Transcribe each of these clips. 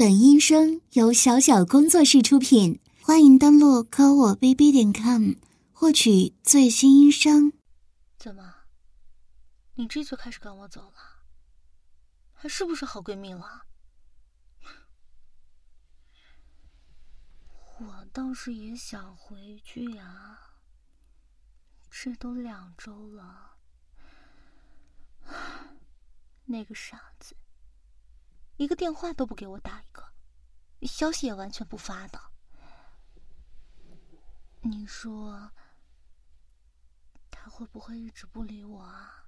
本音声由小小工作室出品，欢迎登录科我 bb.com 获取最新音声。 怎么，你这就开始赶我走了？还是不是好闺蜜了？我倒是也想回去呀，这都2周了。那个傻子一个电话都不给我打一个，消息也完全不发的。你说他会不会一直不理我啊？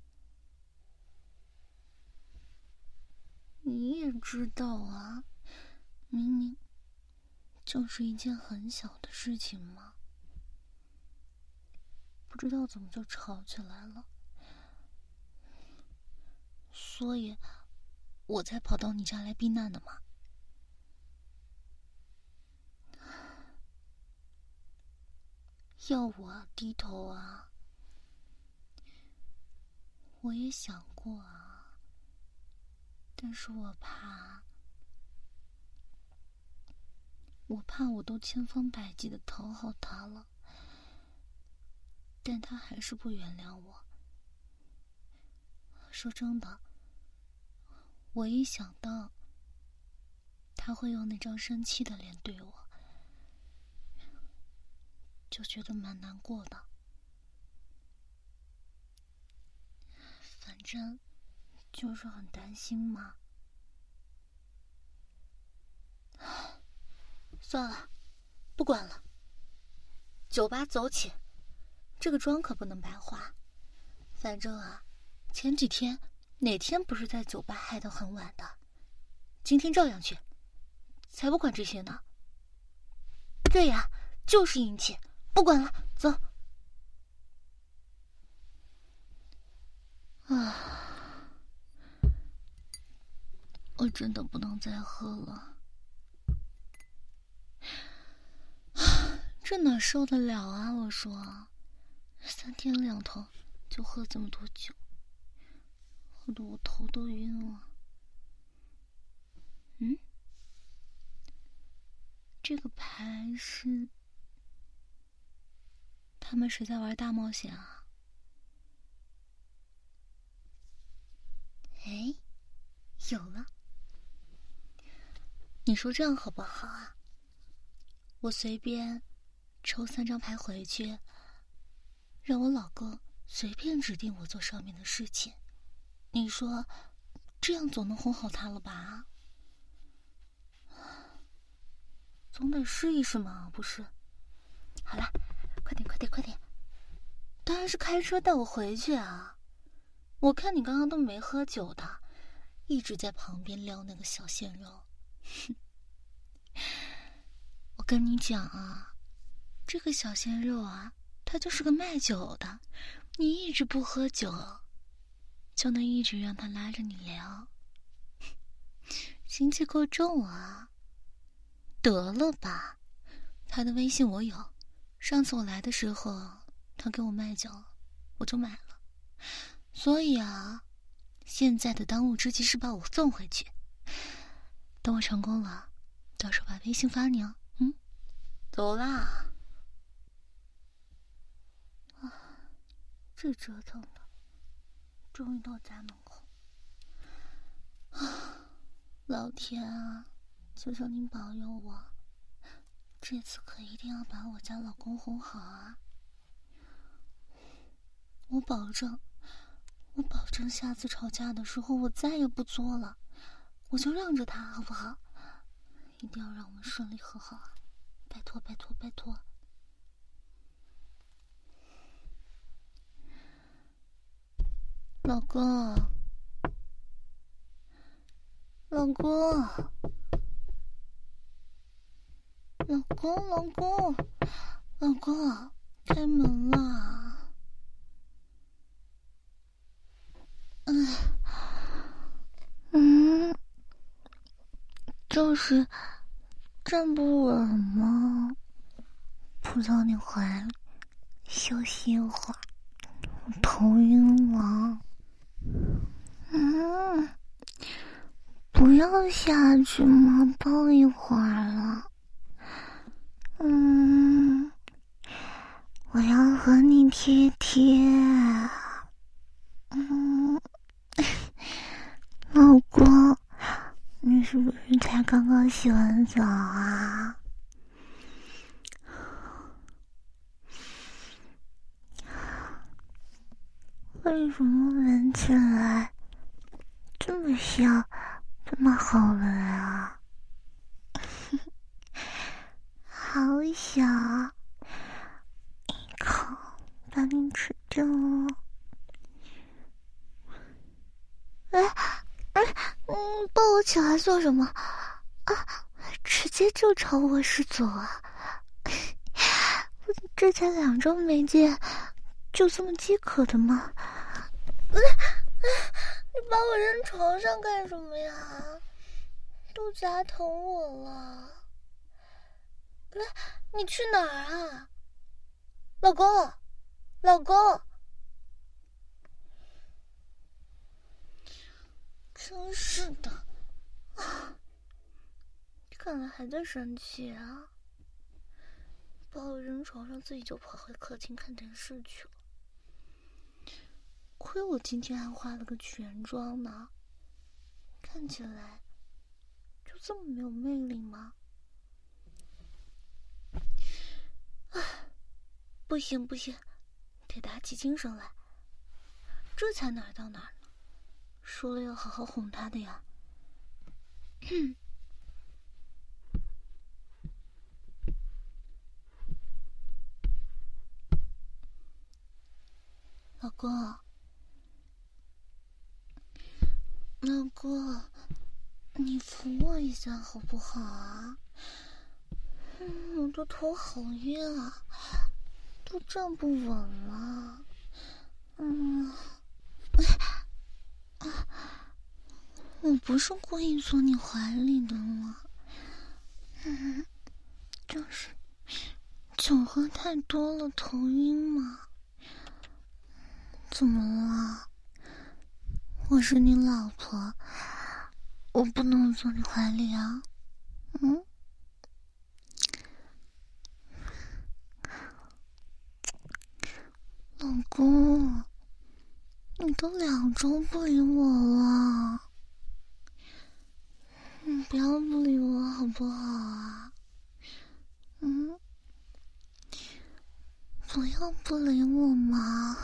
你也知道啊，明明就是一件很小的事情嘛，不知道怎么就吵起来了，所以我才跑到你家来避难的嘛。要我低头啊，我也想过啊，但是我怕我都千方百计的讨好他了，但他还是不原谅我。说真的，我一想到他会用那张生气的脸对我，就觉得蛮难过的。反正就是很担心嘛。算了，不管了，酒吧走起，这个妆可不能白化。反正啊，前几天哪天不是在酒吧嗨到很晚的，今天照样去，才不管这些呢。对呀，就是硬气，不管了，走。我真的不能再喝了，这哪受得了啊！我说，3天2头就喝这么多酒，喝得我头都晕了。这个牌是他们谁在玩大冒险啊？哎，有了。你说这样好不好啊？我随便抽3张牌回去，让我老公随便指定我做上面的事情，你说这样总能哄好他了吧？总得试一试嘛，不是？好了，快点快点快点，当然是开车带我回去啊。我看你刚刚都没喝酒的，一直在旁边撩那个小鲜肉。我跟你讲啊，这个小鲜肉啊，他就是个卖酒的，你一直不喝酒，就能一直让他拉着你聊，心机够重啊。得了吧，他的微信我有，上次我来的时候他给我卖酒，我就买了。所以啊，现在的当务之急是把我送回去。等我成功了，到时候把微信发你哦。走啦。这折腾的，终于到家门口。老天啊，求求您保佑我，这次可一定要把我家老公哄好啊！我保证下次吵架的时候我再也不作了，我就让着他，好不好？一定要让我们顺利和好啊！拜托拜托拜托！老公，老公，老公，老公，老公，开门啦！就是站不稳吗？扑到你怀里休息一会儿，我头晕了。不不要下去嘛，抱一会儿了。我要和你贴贴。老公，你是不是才刚刚洗完澡啊？为什么闻起来这么香，这么好闻啊？好小，一口把你吃掉了。抱我起来做什么啊？直接就朝卧室走啊！这才2周没见，就这么饥渴的吗？你把我扔床上干什么呀？肚子还疼我了。你去哪儿啊？老公，老公！真是的，看来还在生气啊！把我扔床上，自己就跑回客厅看电视去了。亏我今天还化了个全妆呢，看起来就这么没有魅力吗？不行，得打起精神来，这才哪儿到哪儿呢？说了要好好哄他的呀。老公，你扶我一下好不好啊？我的头好晕啊，都站不稳了。我不是故意坐你怀里的吗？就是酒喝太多了，头晕嘛。怎么了？我是你老婆，我不能坐你怀里啊。老公，你都2周不理我了，你不要不理我好不好啊？不要不理我嘛！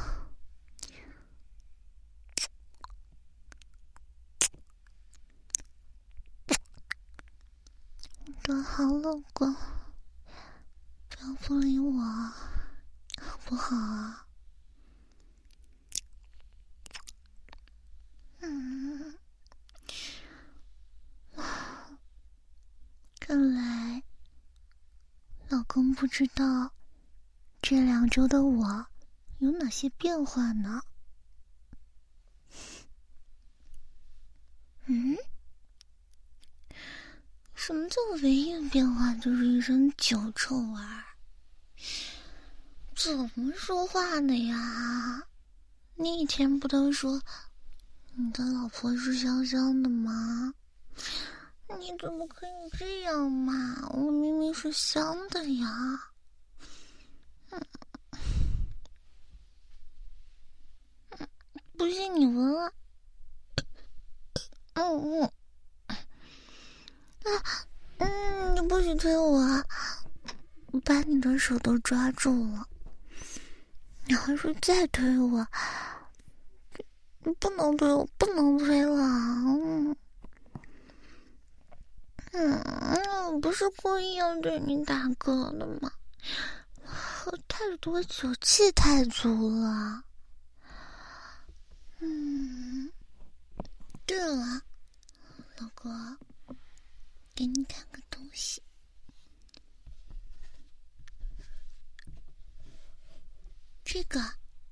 我的好老公，不要不理我，好不好啊？看来老公不知道这2周的我有哪些变化呢？什么叫唯一的变化？就是一身酒臭味儿。怎么说话的呀？你以前不都说你的老婆是香香的吗？你怎么可以这样嘛？我明明是香的呀。不信你闻啊。你不许推我啊！我把你的手都抓住了，你还说再推我？你不能推我，不能推了。我不是故意要对你打嗝的嘛，喝太多酒，气太足了。对了，老公，给你看个东西。这个，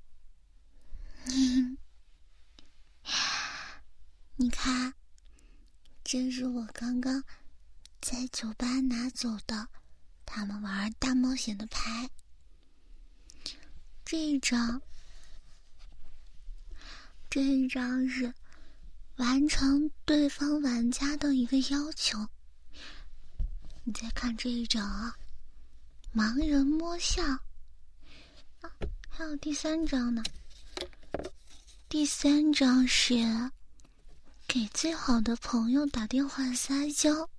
你看，这是我刚刚在酒吧拿走的，他们玩大冒险的牌。这一张是完成对方玩家的一个要求。你再看这一张啊，盲人摸象啊，还有第3张呢。第3张是给最好的朋友打电话撒娇。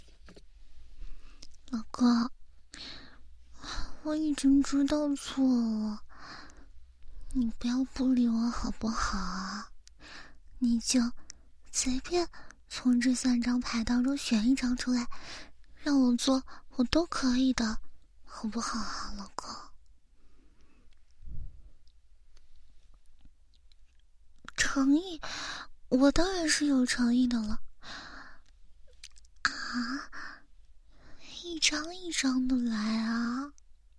老公，我已经知道错了，你不要不理我好不好啊？你就随便从这3张牌当中选一张出来，让我做，我都可以的，好不好啊，老公？诚意，我当然是有诚意的了。啊，一张一张的来啊。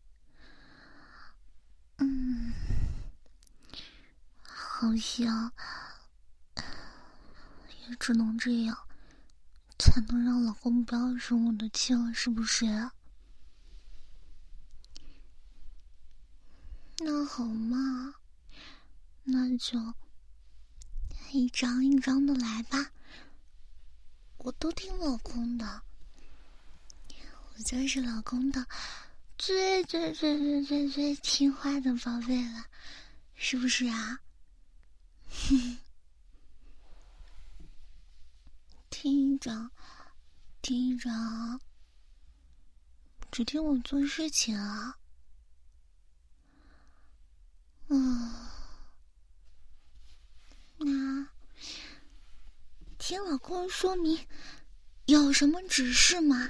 好像也只能这样，才能让老公不要生我的气了，是不是？那好嘛，那就一张一张的来吧。我都听老公的，我就是老公的最听话的宝贝了，是不是啊？听一张，听一张，只听我做事情啊。那听老公说明，有什么指示吗？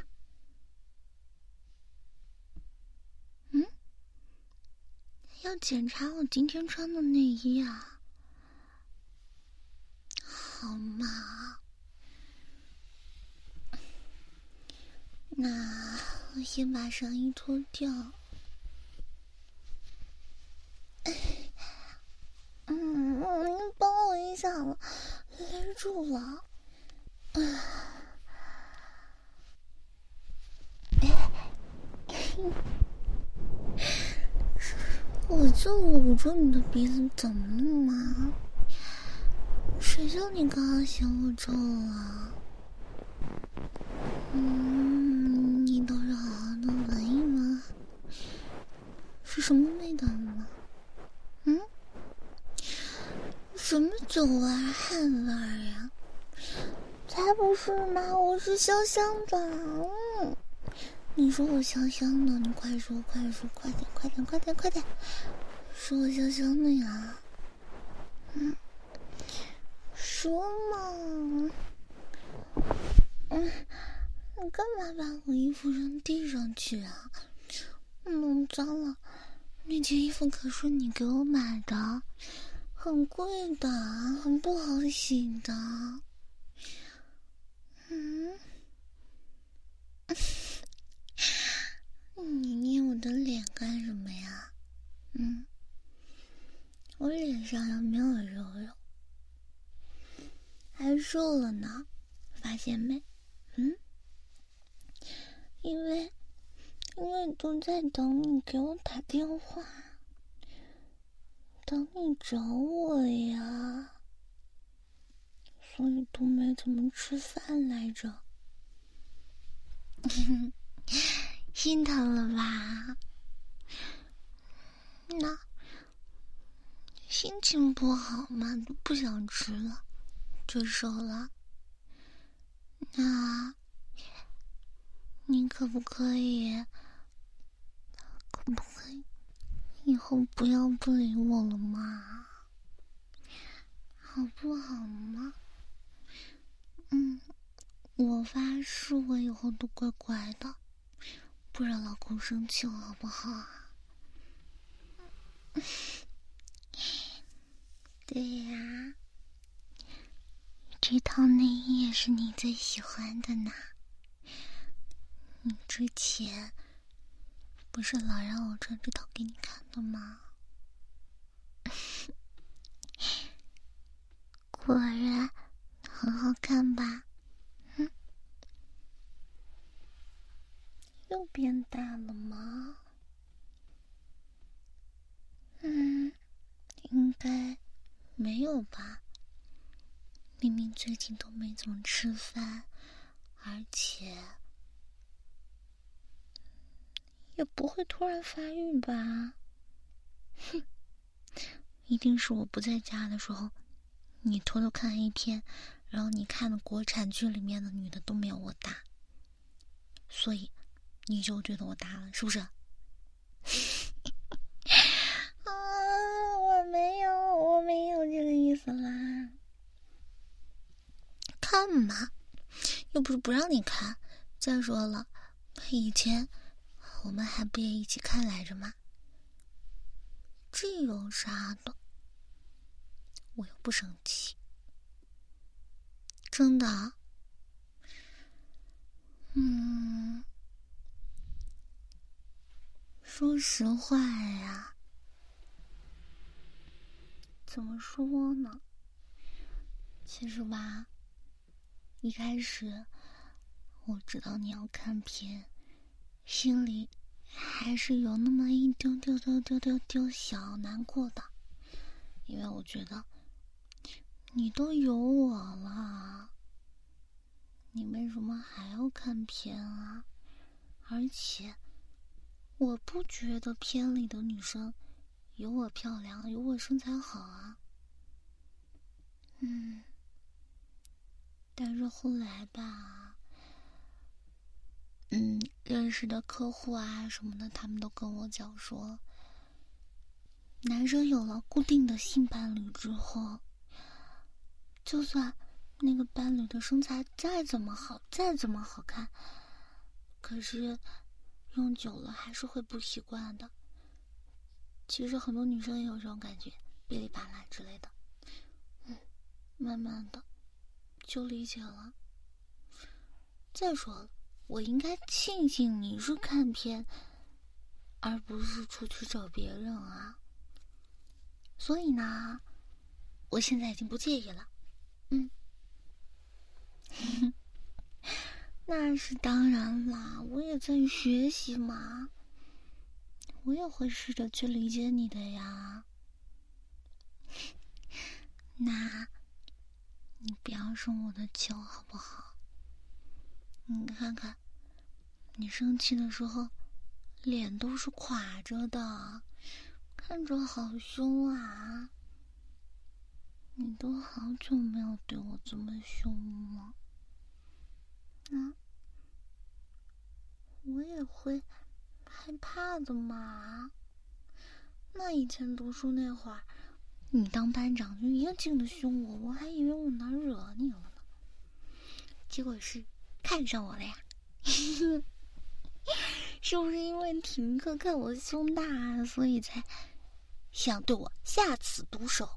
要检查我今天穿的内衣啊。好嘛，那我先把上衣脱掉。你帮我一下了，勒住了。我就捂住你的鼻子，怎么了嘛？谁叫你刚刚嫌我臭了？你倒是好好的闻一闻，是什么味道吗？什么酒味、汗味呀？才不是嘛！我是香香的。你说我香香的，你快说，快说，快点，说我香香的呀！说嘛！你干嘛把我衣服扔地上去啊？弄脏了，那件衣服可是你给我买的，很贵的，很不好洗的。你捏我的脸干什么呀？我脸上有没有肉肉？还瘦了呢，发现没？因为都在等你给我打电话，等你找我呀，所以都没怎么吃饭来着。心疼了吧？那心情不好嘛，不想吃了，就瘦了。那你可不可以以后不要不理我了嘛？好不好嘛？我发誓我以后都乖乖的，不让老公生气了，好不好啊？对呀，这套内衣也是你最喜欢的呢。你之前不是老让我穿这套给你看的吗？果然很好看吧？又变大了吗？应该没有吧。 明明最近都没怎么吃饭，而且也不会突然发育吧？哼，一定是我不在家的时候，你偷偷看 A 片，然后你看的国产剧里面的女的都没有我大，所以你就觉得我大了，是不是？我没有这个意思啦。看嘛，又不是不让你看。再说了，以前我们还不也一起看来着吗？这有啥的？我又不生气，真的。说实话呀，怎么说呢？其实吧，一开始我知道你要看片，心里还是有那么一丢丢小难过的，因为我觉得你都有我了，你为什么还要看片啊？而且我不觉得片里的女生有我漂亮，有我身材好啊。但是后来吧，认识的客户啊什么的，他们都跟我讲说，男生有了固定的性伴侣之后，就算那个伴侣的身材再怎么好，再怎么好看，可是用久了还是会不习惯的。其实很多女生也有这种感觉，哔哩吧啦之类的。慢慢的就理解了。再说了，我应该庆幸你是看片，而不是出去找别人啊。所以呢，我现在已经不介意了。那是当然啦，我也在学习嘛，我也会试着去理解你的呀。那你不要生我的气好不好？你看看，你生气的时候脸都是垮着的，看着好凶啊。你都好久没有对我这么凶了。我也会害怕的嘛。那以前读书那会儿，你当班长就一个劲的凶我，我还以为我哪惹你了呢，结果是看上我了呀。是不是因为停课看我胸大啊，所以才想对我下此毒手？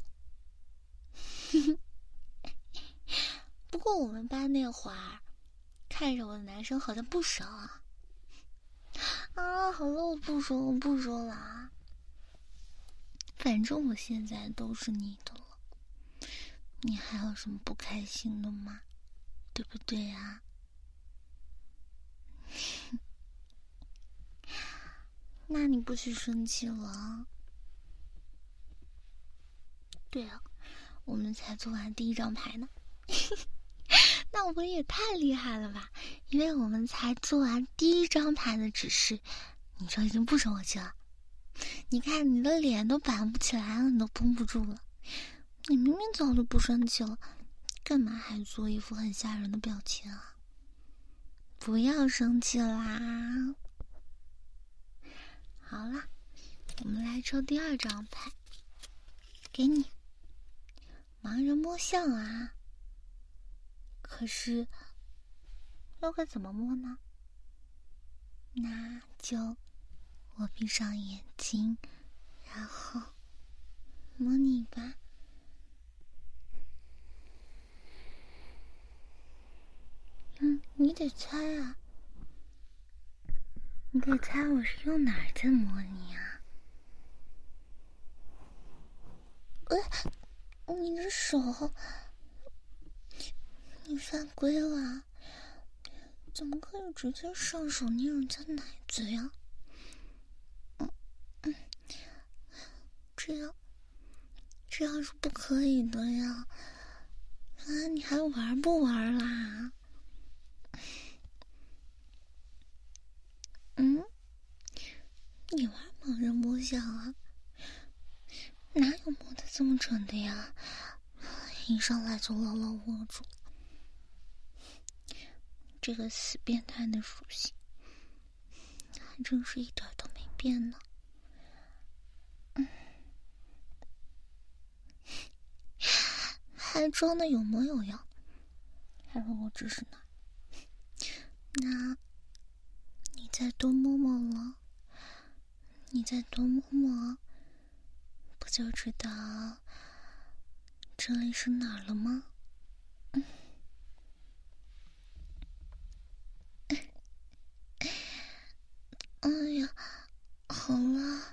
不过我们班那会儿看上我的男生好像不少啊。好了，我不说了。反正我现在都是你的了，你还有什么不开心的吗？对不对呀？那你不许生气了。对了，我们才做完第一张牌呢。那我们也太厉害了吧，因为我们才做完第一张牌的指示，你就已经不生我气了。你看你的脸都板不起来了，你都绷不住了。你明明早就不生气了，干嘛还做一副很吓人的表情啊？不要生气啦。好啦，我们来抽第二张牌，给你。盲人摸象啊，可是又该怎么摸呢？那就我闭上眼睛，然后摸你吧。你得猜啊，你得猜我是用哪儿在摸你啊？你的手，你犯规了，怎么可以直接上手捏人家奶嘴啊？这样是不可以的呀。 你还玩不玩啦？你玩盲人摸象啊？哪有摸得这么准的呀？一上来就牢牢握住，这个死变态的属性，还真是一点都没变呢。还装的有模有样，还问我指使哪？那你再多摸摸了，你再多摸摸，不就知道这里是哪儿了吗？哎呀，好了，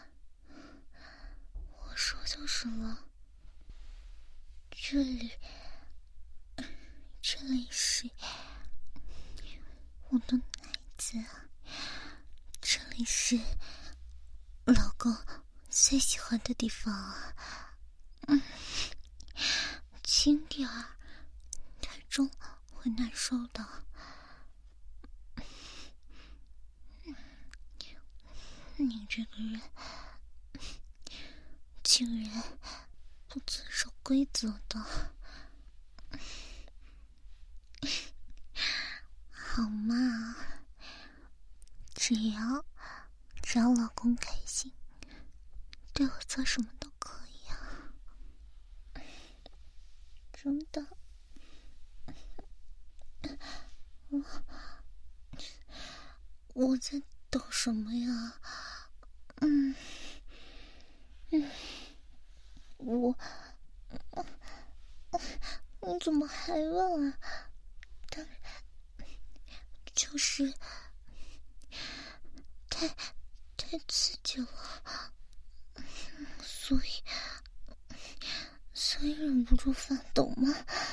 我说就是了，这里是我的奶子，这里是老公最喜欢的地方啊。轻点儿，太重会难受的。你这个人竟然不遵守规则的，好嘛，只要老公开心，对我做什么都可以啊，真的。我在抖什么呀？你怎么还问啊？当然，就是太刺激了，所以忍不住发抖嘛。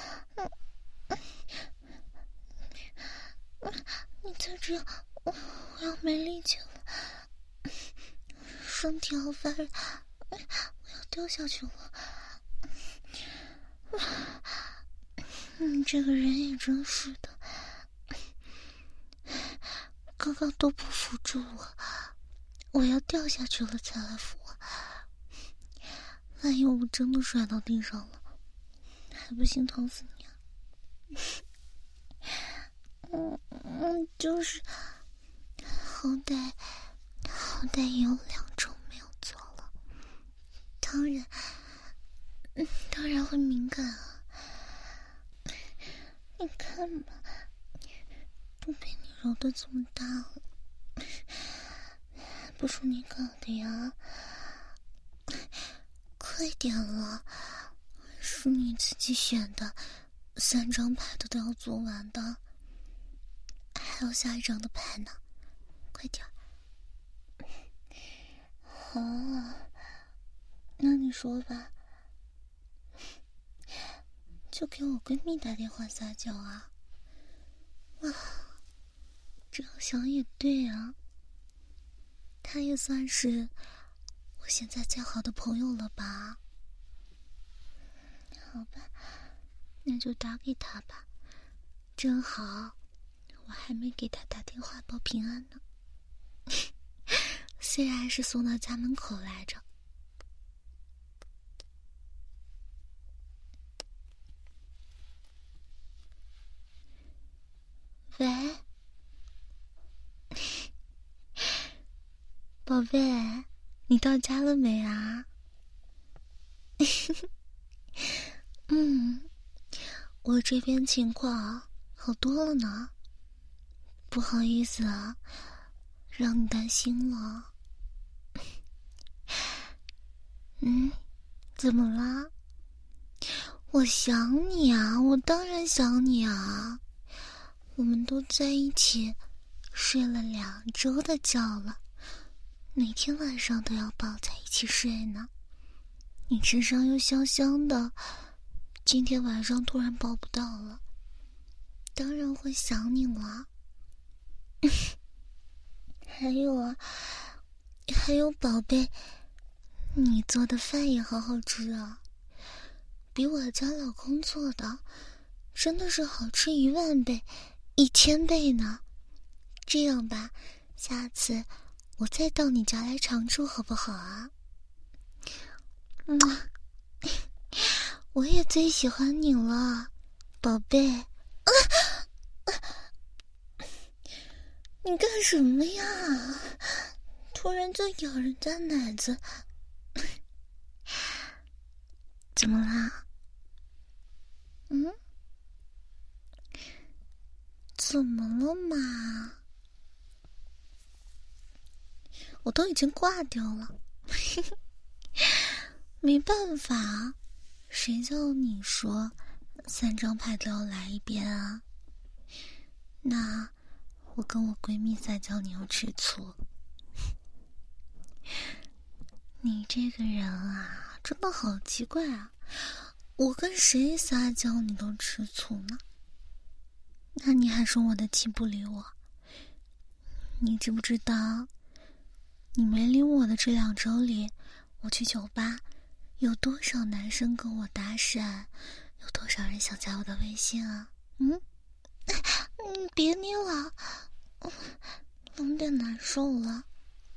你再这样，我要没力气了，身体好发热，我要掉下去了。你这个人也真是的，刚刚都不扶住我要掉下去了才来扶我。万一我真的摔到地上了，还不心疼死你啊？就是好歹也有2周没有做了，当然会敏感啊。你看吧，都被你揉得这么大了，不是你搞的呀？快点了，是你自己选的，3张牌都要做完的，还有下一张的牌呢，快点。好啊，那你说吧，就给我闺蜜打电话撒娇啊？哇，这样想也对啊，她也算是我现在最好的朋友了吧？好吧，那就打给她吧，正好我还没给她打电话报平安呢。虽然是送到家门口来着。喂，宝贝，你到家了没啊？我这边情况好多了呢，不好意思啊，让你担心了。怎么啦？我想你啊，我当然想你啊，我们都在一起睡了2周的觉了，每天晚上都要抱在一起睡呢。你身上又香香的，今天晚上突然抱不到了，当然会想你了。还有宝贝，你做的饭也好好吃啊， 比我家老公做的真的是好吃10000倍、1000倍呢。这样吧，下次我再到你家来常住好不好啊？我也最喜欢你了，宝贝。你干什么呀？突然就咬人家奶子，怎么啦？怎么了嘛？我都已经挂掉了。没办法，谁叫你说3张牌都要来一遍啊？那我跟我闺蜜撒娇，你又吃醋。你这个人啊，真的好奇怪啊！我跟谁撒娇你都吃醋呢？那你还说我的气不理我？你知不知道，你没理我的这2周里，我去酒吧，有多少男生跟我搭讪，有多少人想加我的微信啊？别捏了，有点难受了。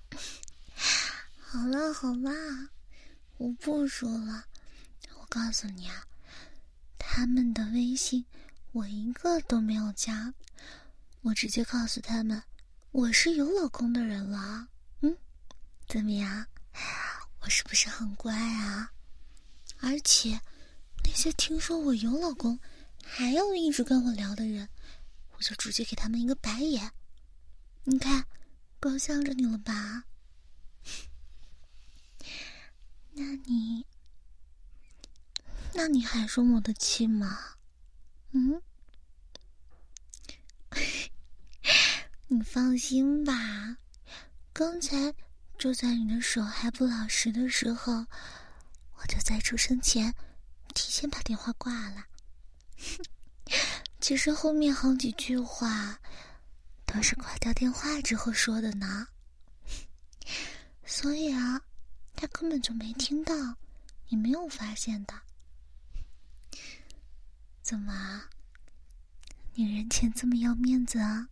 好啦，我不说了。我告诉你啊，他们的微信我一个都没有加，我直接告诉他们我是有老公的人了。怎么样？我是不是很乖啊？而且那些听说我有老公还要一直跟我聊的人，我就直接给他们一个白眼。你看，够向着你了吧？那你还说我的气吗？你放心吧，刚才就在你的手还不老实的时候，我就在出生前提前把电话挂了。其实后面好几句话都是挂掉电话之后说的呢，所以啊，他根本就没听到，也没有发现的。怎么，女人前这么要面子啊？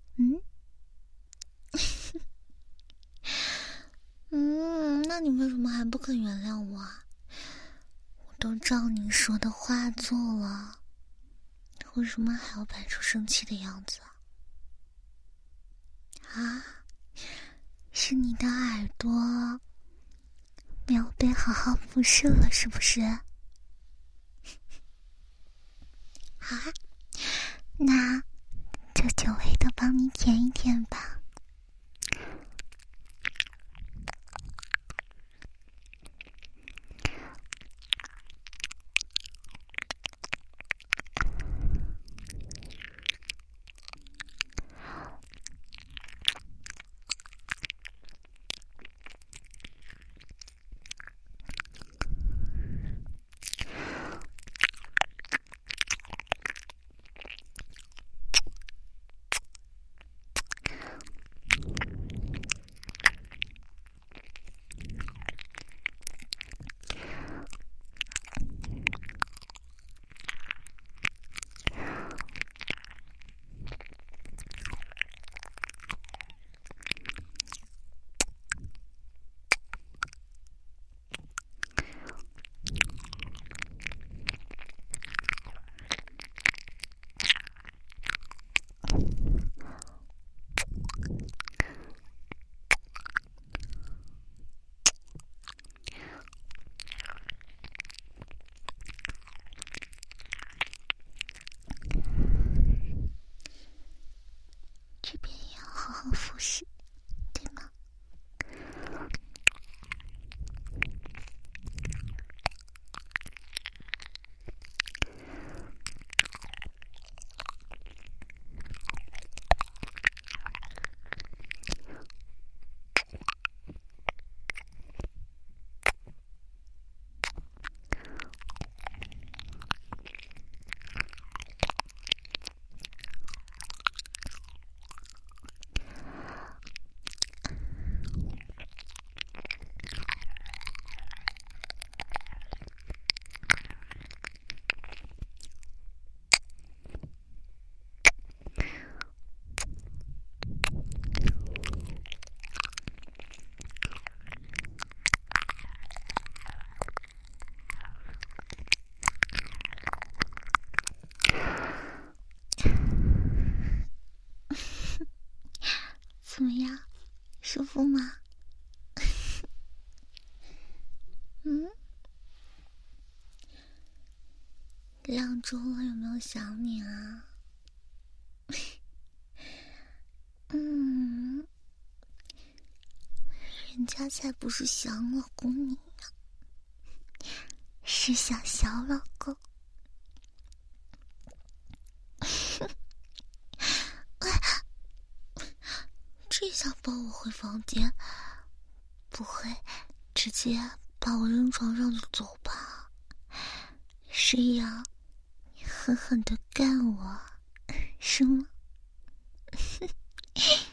那你为什么还不肯原谅我啊？我都照你说的话做了，为什么还要摆出生气的样子啊？是你的耳朵没有被好好服侍了，是不是？好啊，那就久违的帮你舔一舔吧。 怎么样，舒服吗？2周了，有没有想你啊？人家才不是想老公你呢，是想小老公。这下抱我回房间，不会直接把我扔床上就走吧？是要你狠狠地干我，是吗？